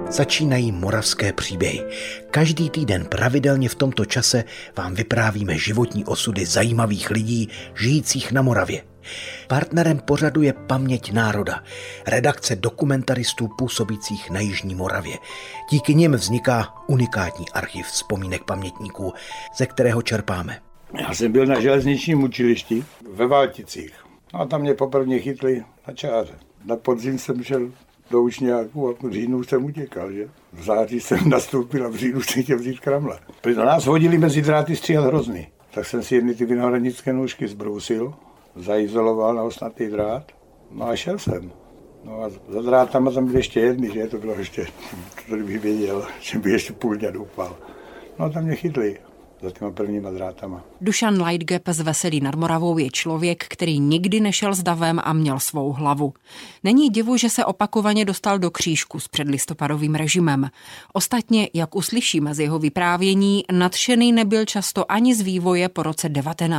Začínají moravské příběhy. Každý týden pravidelně v tomto čase vám vyprávíme životní osudy zajímavých lidí žijících na Moravě. Partnerem pořadu je Paměť národa, redakce dokumentaristů působících na jižní Moravě. Díky nim vzniká unikátní archiv vzpomínek pamětníků, ze kterého čerpáme. Já jsem byl na železničním učilišti ve Valticích. A tam mě poprvé chytli na čáře. Na podzim jsem šel do učňáku a v říjnu jsem utěkal, že? V září jsem nastoupil a v říjnu jsem chtěl vzít kramle. Do nás hodili mezi dráty stříhat hrozny. Tak jsem si jedny ty vinohradnické nůžky zbrousil, zaizoloval na osnatý drát, no a šel jsem. No a za drátama tam byly ještě jedny, že? To bylo ještě, to bych věděl, že by ještě půl dňa doupal. No a tam mě chytli za těma prvníma drátama. Dušan Leitgeb z Veselí nad Moravou je člověk, který nikdy nešel s davem a měl svou hlavu. Není divu, že se opakovaně dostal do křížku s předlistopadovým režimem. Ostatně, jak uslyšíme z jeho vyprávění, nadšený nebyl často ani z vývoje po roce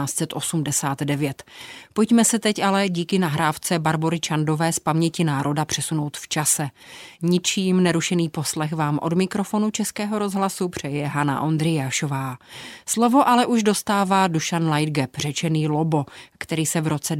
1989. Pojďme se teď ale díky nahrávce Barbory Čandové z Paměti národa přesunout v čase. Ničím nerušený poslech vám od mikrofonu Českého rozhlasu přeje Hana Ondryjášová. Slovo ale už dostává Dušan Leitgeb, řečený Lobo, který se v roce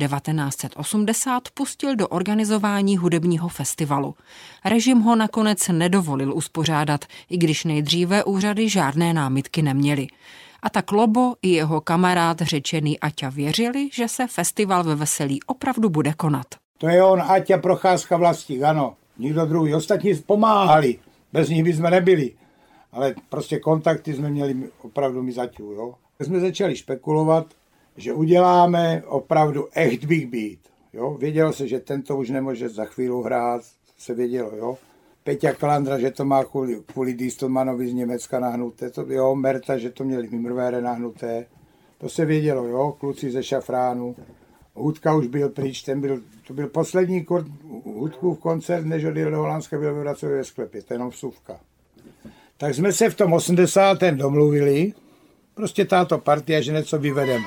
1980 pustil do organizování hudebního festivalu. Režim ho nakonec nedovolil uspořádat, i když nejdříve úřady žádné námitky neměly. A tak Lobo i jeho kamarád řečený Aťa věřili, že se festival ve Veselí opravdu bude konat. To je on, Aťa Procházka Vlastík, ano. Nikdo druhý. Ostatní pomáhali. Bez nich bychom nebyli. Ale prostě kontakty jsme měli opravdu mi Aťu, jo. Jsme začali špekulovat, že uděláme opravdu echt big beat, jo. Vědělo se, že tento už nemůže za chvíli hrát, se vědělo, jo. Peťa Kalandra, že to má kvůli Distelmanovi z Německa nahnuté, to, jo, Merta, že to měli Mimrvére nahnuté, to se vědělo, jo, kluci ze Šafránu. Hudka už byl pryč, to byl poslední Hudkův koncert, než odjel do Holandska, byl ve Vracově sklepě, to je jenom vsuvka. Tak jsme se v tom 80. domluvili, prostě táto partia, že něco vyvedeme.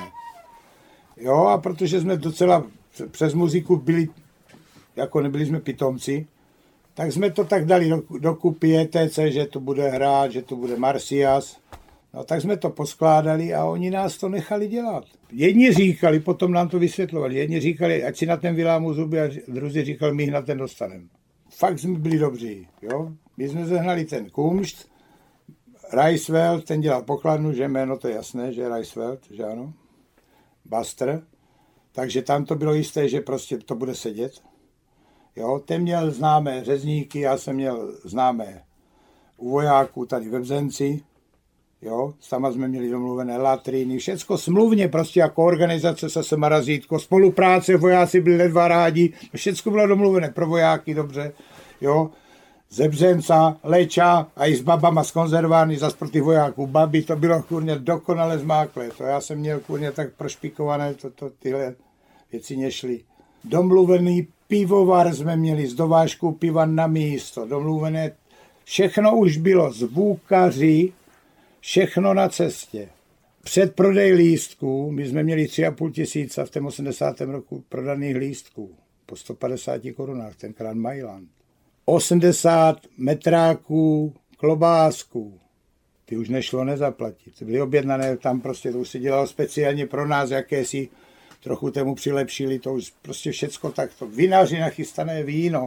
Jo, a protože jsme docela přes muziku byli, jako nebyli jsme pitomci, tak jsme to tak dali dokupy ETC, že to bude hrát, že to bude Marcias. No tak jsme to poskládali a oni nás to nechali dělat. Jedni říkali, potom nám to vysvětlovali, jedni říkali, ať si na ten vylámu zuby, a druzí říkali, my na ten dostaneme. Fakt jsme byli dobří, jo. My jsme zehnali ten kumšt, Reisfeld, ten dělal pokladnu, že jméno to je jasné, že Reisfeld, že ano. Buster, takže tam to bylo jisté, že prostě to bude sedět. Jo, ten měl známé řezníky, já jsem měl známé u vojáků tady ve Bzenci, jo, sama jsme měli domluvené latriny, všecko smluvně, prostě jako organizace se Marazítko, spolupráce, vojáci byli ledva rádi, všecko bylo domluvené pro vojáky, dobře, jo, ze Bzenca, Leča a i s babama skonzervárny zas pro ty vojáků, babi, to bylo kurně dokonale zmáklé, to já jsem měl kurně tak prošpikované, tyhle věci nešly. Domluvený pivovar jsme měli s dovážkou piva na místo, domluvené, všechno už bylo, zvukaři, všechno na cestě. Předprodej lístků, my jsme měli 3,5 tisíce v tom 80. roku prodaných lístků, po 150 korunách, tenkrát Mailand. 80 metráků klobásků, ty už nešlo nezaplatit, byly objednané tam prostě, to už se dělalo speciálně pro nás, jakési trochu tomu přilepšili, to už prostě všecko takto. Vinaři nachystané víno.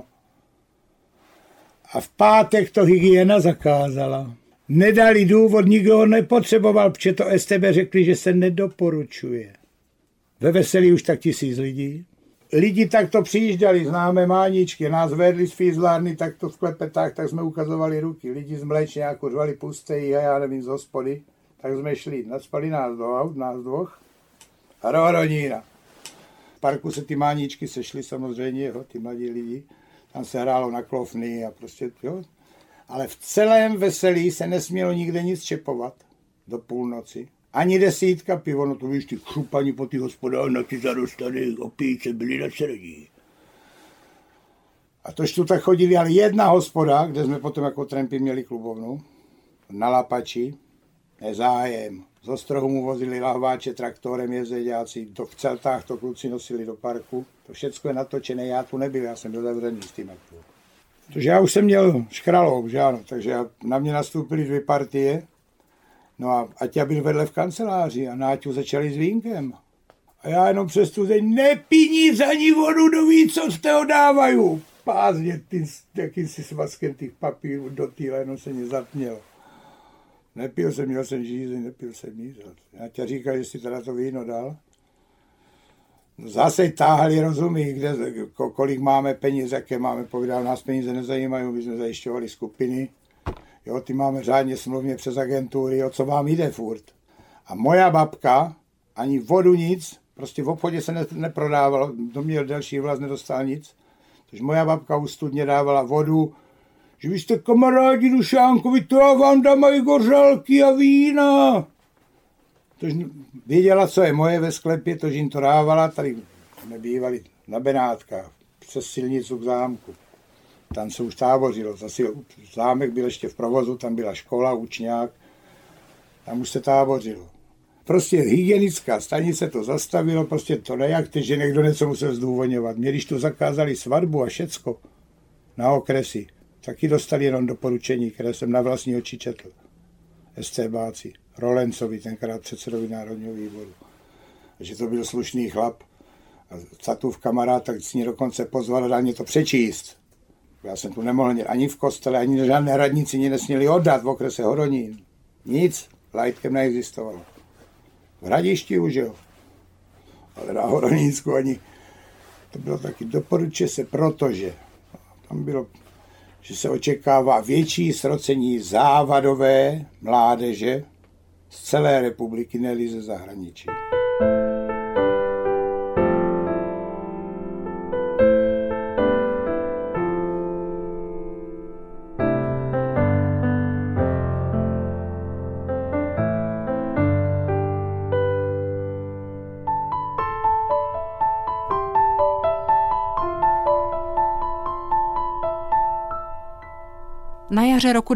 A v pátek to hygiena zakázala. Nedali důvod, nikdo ho nepotřeboval, protože to STB řekli, že se nedoporučuje. Ve Veselí už tak 1000 lidí. Lidi takto přijížděli, známe máničky, nás vedli z fízlárny, takto v klepetách, tak jsme ukazovali ruky. Lidi z mléčňáku řvali pustejí a já nevím, z hospody. Tak jsme šli, nadspali nás do aut, nás dvoch. Hrohronína. V parku se ty máničky sešly samozřejmě, jo, ty mladí lidi. Tam se hrálo na klofny a prostě, jo. Ale v celém Veselí se nesmělo nikde nic čepovat do půlnoci. Ani 10 pivo, no to víš, ty chrupaní po ty hospodách na ty zarostané opíce byli na srdí. A tož tu tak chodili, ale jedna hospoda, kde jsme potom jako trampy měli klubovnu, na Lapači, nezájem. Z Ostrohu mu vozili lahváče traktorem, jezdeďáci, to v celtách to kluci nosili do parku. To všecko je natočené, já tu nebyl, já jsem byl zavřený s tím aktu. Protože já už jsem měl škralou, že ano, takže na mě nastoupily 2 partie. No a Aťa byl vedle v kanceláři a Náťu začali s vínkem. A já jenom přes tu zeď, nepí nic ani vodu, do ví, co z toho dávají. Pázně jakýmsi svazkem těch papírů do týhle, no se mě zatmělo. Nepil jsem, měl jsem žízeň, nepil jsem nic. Aťa říkal, že si teda to víno dal. No zase táhali rozumy, kolik máme peněz, jaké máme, povídal, nás peníze nezajímají, my jsme zajišťovali skupiny. Jo, ty máme řádně smluvně přes agentury, o co vám jde furt. A moja babka, ani vodu nic, prostě v obchodě se neprodávalo, kdo měl delší vlast, nedostal nic. Takže moja babka u studně dávala vodu, že vy jste kamarádi Dušánkovi, to já vám dám i gořálky a vína. Tož věděla, co je moje ve sklepě, tož jim to dávala, tady jsme bývali na Benátkách, přes silnicu k zámku. Tam se už tábořilo, zámek byl ještě v provozu, tam byla škola, učňák, tam už se tábořilo. Prostě hygienická stanice to zastavilo, prostě to nejak, že někdo něco musel zdůvodňovat. Mě, když tu zakázali svatbu a všecko na okresy, taky dostali jenom doporučení, které jsem na vlastní oči četl. SCBáci, Rolencovi, tenkrát předsedovi Národního výboru. Že to byl slušný chlap. A Catův kamarád, tak s ní dokonce pozval a dal mě to přečíst. Já jsem tu nemohl ani v kostele, ani žádné radnici mě nesměli oddat v okrese Hodonín. Nic, lajtkem neexistovalo. V Hradišti už jo, ale na Hodonínsku ani. To bylo taky, doporučuje se, protože tam bylo, že se očekává větší srocení závadové mládeže z celé republiky, ne-li ze zahraničí. Na jaře roku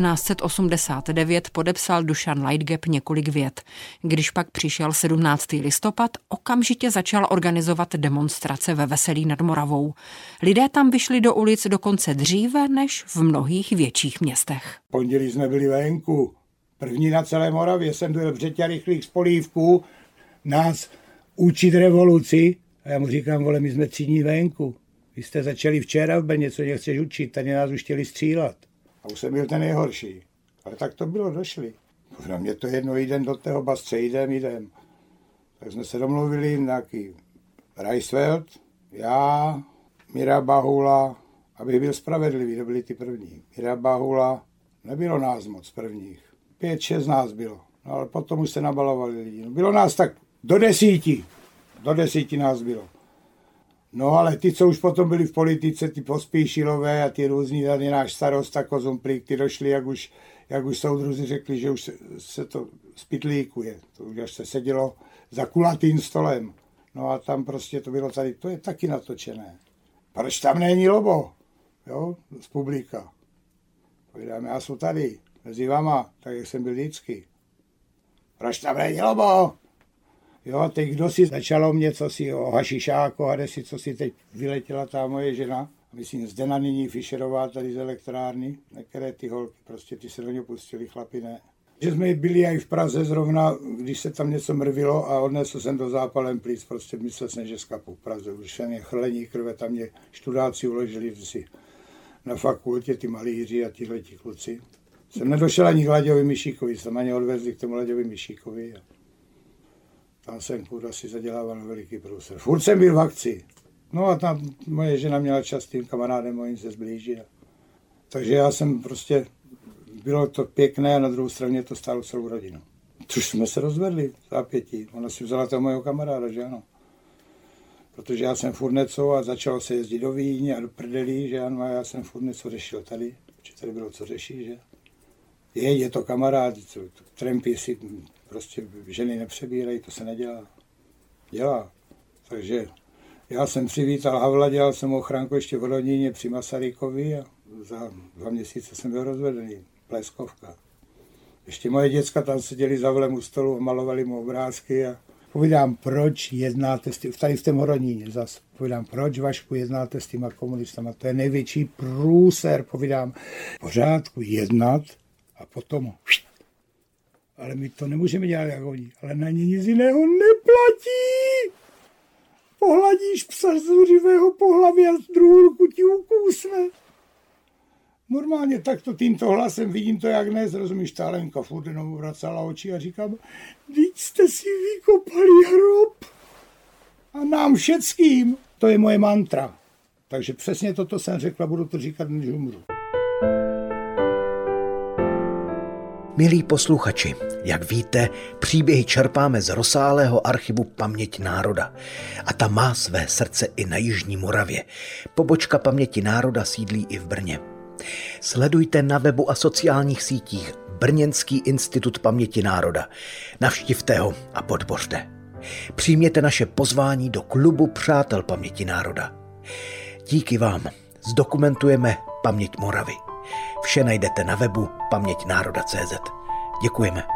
1989 podepsal Dušan Lightgeb několik vět. Když pak přišel 17. listopad, okamžitě začal organizovat demonstrace ve Veselí nad Moravou. Lidé tam vyšli do ulic dokonce dříve než v mnohých větších městech. Pondělí jsme byli venku. První na celé Moravě jsem byl Břeťa Rychlých z Polívku nás učit revoluci. A já mu říkám, vole, my jsme 3 dní venku. Vy jste začali včera v Brně, co mě chceš učit, tady nás už chtěli střílet. A už jsem byl ten nejhorší. Ale tak to bylo, došli. Na mě to jedno, jdem do toho basce, jdem. Tak jsme se domluvili, nějaký Reisfeld, já, Míra Bahula, abych byl spravedlivý, to byli ty první. Míra Bahula, nebylo nás moc prvních. 5-6 nás bylo. No, ale potom už se nabalovali lidi. No, bylo nás tak do 10. Do 10 nás bylo. No ale ty, co už potom byli v politice, ty Pospíšilové a ty různí, tady náš starosta Kozumplík, ty došli, jak už soudruzi řekli, že už se to spitlíkuje. To už až se sedělo za kulatým stolem. No a tam prostě to bylo tady, to je taky natočené. Proč tam není Lobo? Jo, z publika. Povídám, já jsem tady, mezi vama, tak jak jsem byl vždycky. Proč tam není Lobo? Jo, teď kdo si začalo mě, co si o hašišáku a desi, co si teď vyletěla ta moje žena. Myslím, Zdena nyní Fischerová tady z elektrárny. Některé ty holky, prostě ty se do něj pustili, chlapi ne. Že jsme byli i v Praze zrovna, když se tam něco mrvilo a odnesl jsem do zápalem plic, prostě myslel jsem, že skapu v Praze. Už jsem je chrlení krve, tam mě študáci uložili si na fakultě, ty malíři a tihleti kluci. Jsem nedošel ani k Laďovi Mišíkovi, jsem ani odvezli k tomu Laďovi Mišíkovi. Tam jsem kurva si zadělával veliký průser. Furt jsem byl v akci. No a tam moje žena měla čas s tím kamarádem mojím se zblížit. Takže já jsem prostě, bylo to pěkné a na druhou straně to stálo celou rodinu. Což jsme se rozvedli za 5. Ona si vzala toho mojho kamaráda, že ano. Protože já jsem furt něco a začalo se jezdit do Vídně a do Prdelí, že ano, a já jsem furt něco řešil tady. Protože tady bylo co řešit, že? Je to kamarád, trampy si prostě ženy nepřebírají, to se nedělá. Dělá. Takže já jsem přivítal Havla, dělal jsem ochránku ještě v Hodoníně při Masarykovi a za 2 měsíce jsem byl rozvedený. Pleskovka. Ještě moje děcka tam seděli za Havlem u stolu a malovali mu obrázky a Povídám, proč jednáte tady v tom Horoníně zas. Povídám, proč, Vašku, jednáte s těma komunistama. To je největší průser, povídám. V pořádku jednat a potom... Ale my to nemůžeme dělat jak oni. Ale na ně nic jiného neplatí. Pohladíš psa z zuřivého pohlaví a z druhou ruku ti ukousne. Normálně takto tímto hlasem vidím to, jak dnes, rozumíš, ta Lenka furt jenom vracala oči a říkám, vždyť jste si vykopali hrob. A nám všeckým. To je moje mantra. Takže přesně toto jsem řekla, budu to říkat, než umřu. Milí posluchači, jak víte, příběhy čerpáme z rozsáhlého archivu Paměť národa. A ta má své srdce i na Jižní Moravě. Pobočka Paměti národa sídlí i v Brně. Sledujte na webu a sociálních sítích Brněnský institut paměti národa. Navštivte ho a podpořte. Přijměte naše pozvání do klubu Přátel paměti národa. Díky vám zdokumentujeme paměť Moravy. Vše najdete na webu pamětnároda.cz. Děkujeme.